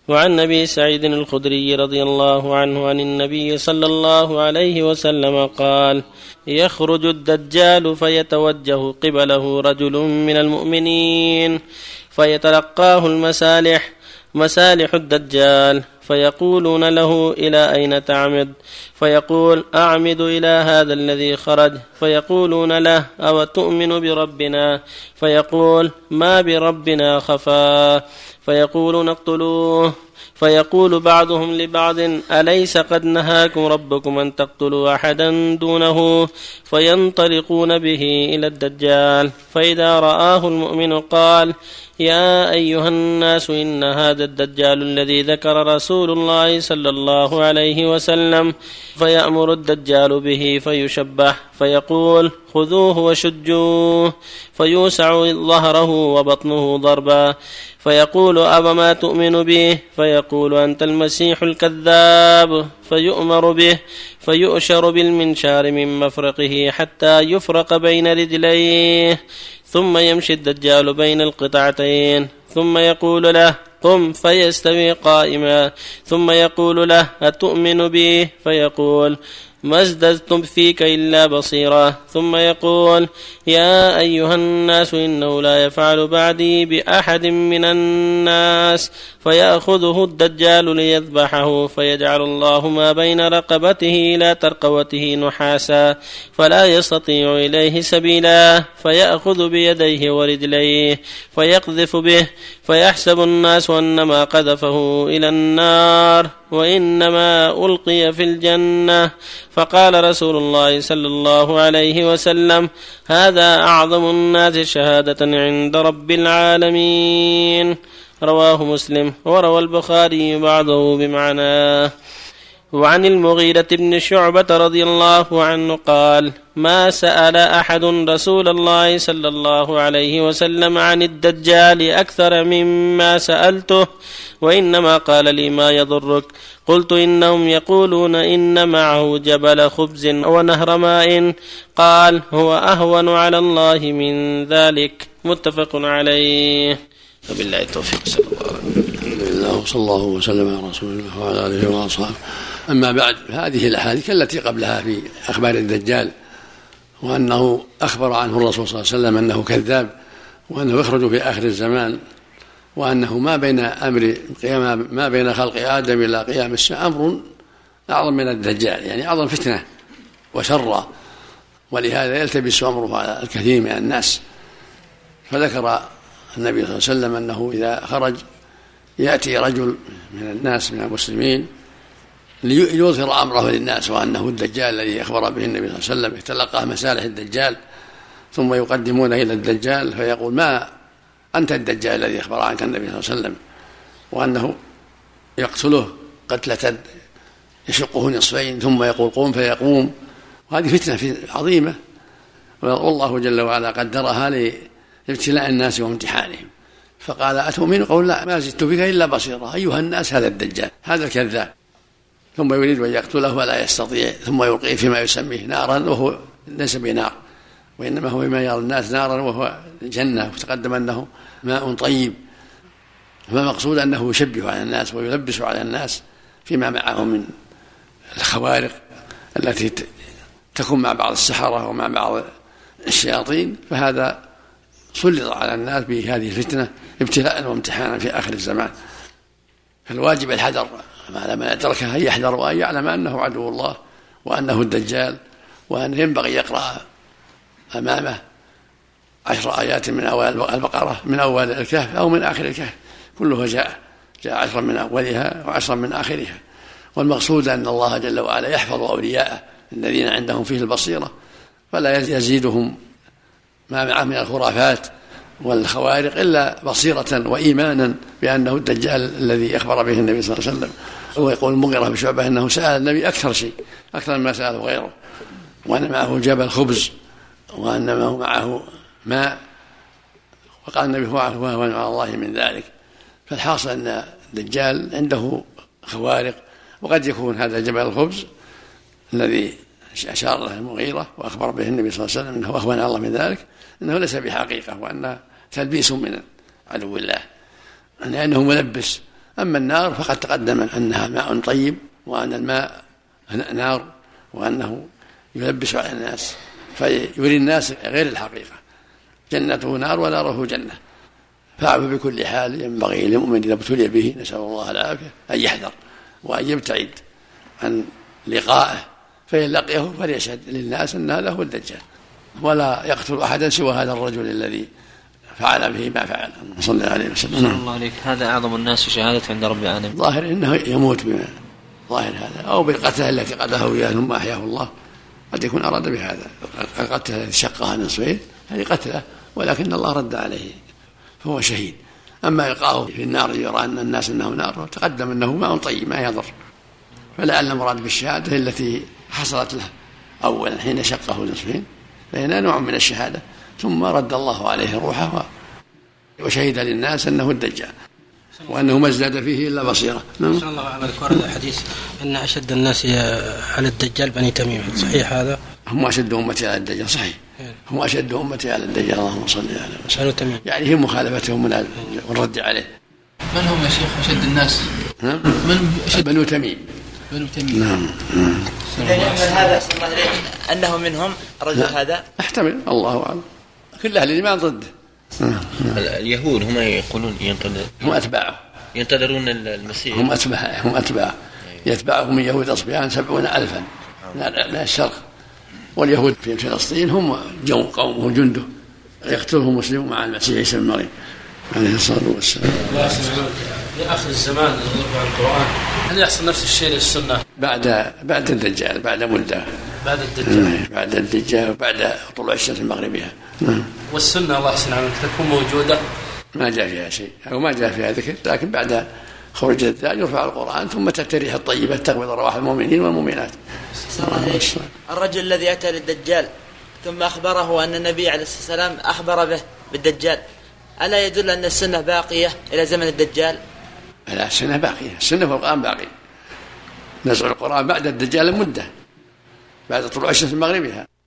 وعن أبي سعيد الخدري رضي الله عنه عن النبي صلى الله عليه وسلم قال: يخرج الدجال فيتوجه قبله رجل من المؤمنين فيتلقاه مسالح الدجال، فيقولون له: إلى أين تعمد؟ فيقول: أعمد إلى هذا الذي خرج. فيقولون له: أو تؤمن بربنا؟ فيقول: ما بربنا خفا. فيقولون: اقتلوه. فيقول بعضهم لبعض: أليس قد نهاكم ربكم أن تقتلوا أحدا دونه؟ فينطلقون به إلى الدجال، فإذا رآه المؤمن قال: يا أيها الناس، إن هذا الدجال الذي ذكر رسول الله صلى الله عليه وسلم. فيأمر الدجال به فيشبه، فيقول: خذوه وشجوه. فيوسع ظهره وبطنه ضربا. فيقول: أبما تؤمن به؟ فيقول: أنت المسيح الكذاب. فيؤمر به فيؤشر بالمنشار من مفرقه حتى يفرق بين رجليه، ثم يمشي الدجال بين القطعتين، ثم يقول له: قم. فيستوي قائما، ثم يقول له: أتؤمن به؟ فيقول: ما ازددتم فيك إلا بصيرا. ثم يقول: يا أيها الناس، إنه لا يفعل بعدي بأحد من الناس. فيأخذه الدجال ليذبحه، فيجعل الله ما بين رقبته إلى ترقوته نحاسا، فلا يستطيع إليه سبيلا. فيأخذ بيديه ورجليه فيقذف به، فيحسب الناس أنما قذفه إلى النار، وإنما ألقي في الجنة. فقال رسول الله صلى الله عليه وسلم: هذا أعظم الناس شهادة عند رب العالمين. رواه مسلم، وروى البخاري بعضه بمعناه. وعن المغيرة بن شعبة رضي الله عنه قال: ما سأل أحد رسول الله صلى الله عليه وسلم عن الدجال أكثر مما سألته، وإنما قال لي: ما يضرك؟ قلت: إنهم يقولون إن معه جبل خبز ونهر ماء. قال: هو أهون على الله من ذلك. متفق عليه. وبالله التوفيق. صلى الله وسلم على رسول الله وعلى آله وأصحابه. أما بعد، هذه الأحاديث التي قبلها في أخبار الدجال، وأنه أخبر عنه الرسول صلى الله عليه وسلم أنه كذاب، وأنه يخرج في آخر الزمان، وأنه ما بين خلق آدم إلى قيام الساعة أمر أعظم من الدجال، يعني أعظم فتنة وشر، ولهذا يلتبس أمره على الكثير من الناس. فذكر النبي صلى الله عليه وسلم أنه إذا خرج يأتي رجل من الناس من المسلمين ليظهر أمره للناس، وأنه الدجال الذي أخبر به النبي صلى الله عليه وسلم. يتلقاه مسالح الدجال، ثم يقدمونه إلى الدجال فيقول: ما أنت الدجال الذي أخبر عنك النبي صلى الله عليه وسلم، وأنه يقتله قتلة يشقه نصفين، ثم يقول: قوم فيقوم. وهذه فتنة عظيمة، والله جل وعلا قدرها لابتلاء الناس وامتحانهم. فقال: أتؤمن؟ قول: لا، ما زدت بك إلا بصيرا. أيها الناس، هذا الدجال، هذا الكذاب. ثم يريد أن يقتله ولا يستطيع، ثم يلقيه فيما يسميه نارا، وهو ليس بنار، وإنما هو بما يرى الناس نارا وهو جنة، وتقدم أنه ماء طيب. فالمقصود أنه يشبه على الناس ويلبس على الناس فيما معه من الخوارق التي تكون مع بعض السحرة ومع بعض الشياطين. فهذا سلط على الناس بهذه الفتنة ابتلاء وامتحانا في آخر الزمان. فالواجب الحذر، ما لم يتركها أن يحذر وأن يعلم أنه عدو الله وأنه الدجال، وأن ينبغي يقرأ أمامه 10 آيات من أول البقرة، من أول الكهف أو من آخر الكهف، كلها جاء 10 من أولها و10 من آخرها. والمقصود أن الله جل وعلا يحفظ أولياءه الذين عندهم فيه البصيرة، فلا يزيدهم ما معه من الخرافات والخوارق إلا بصيرة وإيمانا بأنه الدجال الذي أخبر به النبي صلى الله عليه وسلم. هو يقول المغيرة بن شعبة أنه سأل النبي أكثر شيء، أكثر مما سأله غيره، وأن معه جبل خبز وأن معه ماء، وقال النبي: هو أهون على الله من ذلك. فالحاصل أن الدجال عنده خوارق، وقد يكون هذا جبل الخبز الذي أشار له المغيرة وأخبر به النبي صلى الله عليه وسلم أنه أهون على الله من ذلك، أنه ليس بحقيقة، وأنه تلبيس من عدو الله، لأنه ملبس. أما النار فقد تقدم أنها ماء طيب، وأن الماء نار، وأنه يلبس على الناس فيري الناس غير الحقيقة. جنته نار وناره جنة. فبكل حال ينبغي للمؤمن إذا ابتلي به، نسأل الله العافية، أن يحذر وأن يبتعد عن لقائه، فإن لقيه فليشهد للناس أن هذا هو الدجال، ولا يقتل أحدا سوى هذا الرجل الذي فعل به ما فعل. صلى الله عليه وسلم. الله عليك. هذا أعظم الناس شهادة عند رب العالمين. ظاهر إنه يموت بما ظاهر هذا، أو بالقتلة التي قتله إياه ثم أحياه الله، قد يكون أراد بهذا القتلة التي شقها نصفين، هذه قتلة ولكن الله رد عليه فهو شهيد. أما إلقاؤه في النار يرى أن الناس أنه نار، تقدم أنه ماء طيب ما يضر، فلعل المراد بالشهادة التي حصلت له أولا حين شقه نصفين، فإنها نوع من الشهادة، ثم رد الله عليه روحه وشهد للناس أنه الدجال وأنه ما ازداد فيه إلا بصيرة. إن شاء الله عملك ورد الحديث أن أشد الناس على الدجال بني تميم، صحيح هذا؟ هم أشد أمتي على الدجال، صحيح، هم أشد أمتي على الدجال، اللهم صل على وسلم. يعني هم مخالفتهم من والرد عليه. من هم يا شيخ أشد الناس؟ من أشد؟ بنو تميم. بنو تميم. نعم. يعني هذا أنه منهم رجل هذا؟ احتمل، الله أعلم. كل أهل الإيمان ضده. اليهود هم يقولون هم أتباعه، ينتظرون المسيح، هم أتباع يتبعهم من يهود أصبيان 70,000 من الشرق، واليهود في فلسطين هم قومه جنده يقتلهم مسلمون مع المسيح عيسى بن مريم عليه الصلاة والسلام. في آخر الزمان يرفع القرآن، هل يحصل نفس الشيء للسنة بعد الدجال، بعد مدة، بعد الدجال وبعد طلوع الشمس من مغربها. والسنة الله يحسن عنك تكون موجودة؟ ما جاء فيها شيء أو ما جاء فيها ذكر، لكن بعد خروج الدجال يرفع القرآن ثم تأتي الريح الطيبة تقبض أرواح المؤمنين والمؤمنات. الرجل الذي أتى للدجال ثم أخبره أن النبي عليه الصلاة والسلام أخبر به بالدجال، ألا يدل أن السنة باقية إلى زمن الدجال؟ لا، السنة باقية، السنة في القرآن باقي. نزع القرآن بعد الدجال مدة، بعد طلوع الشمس من مغربها.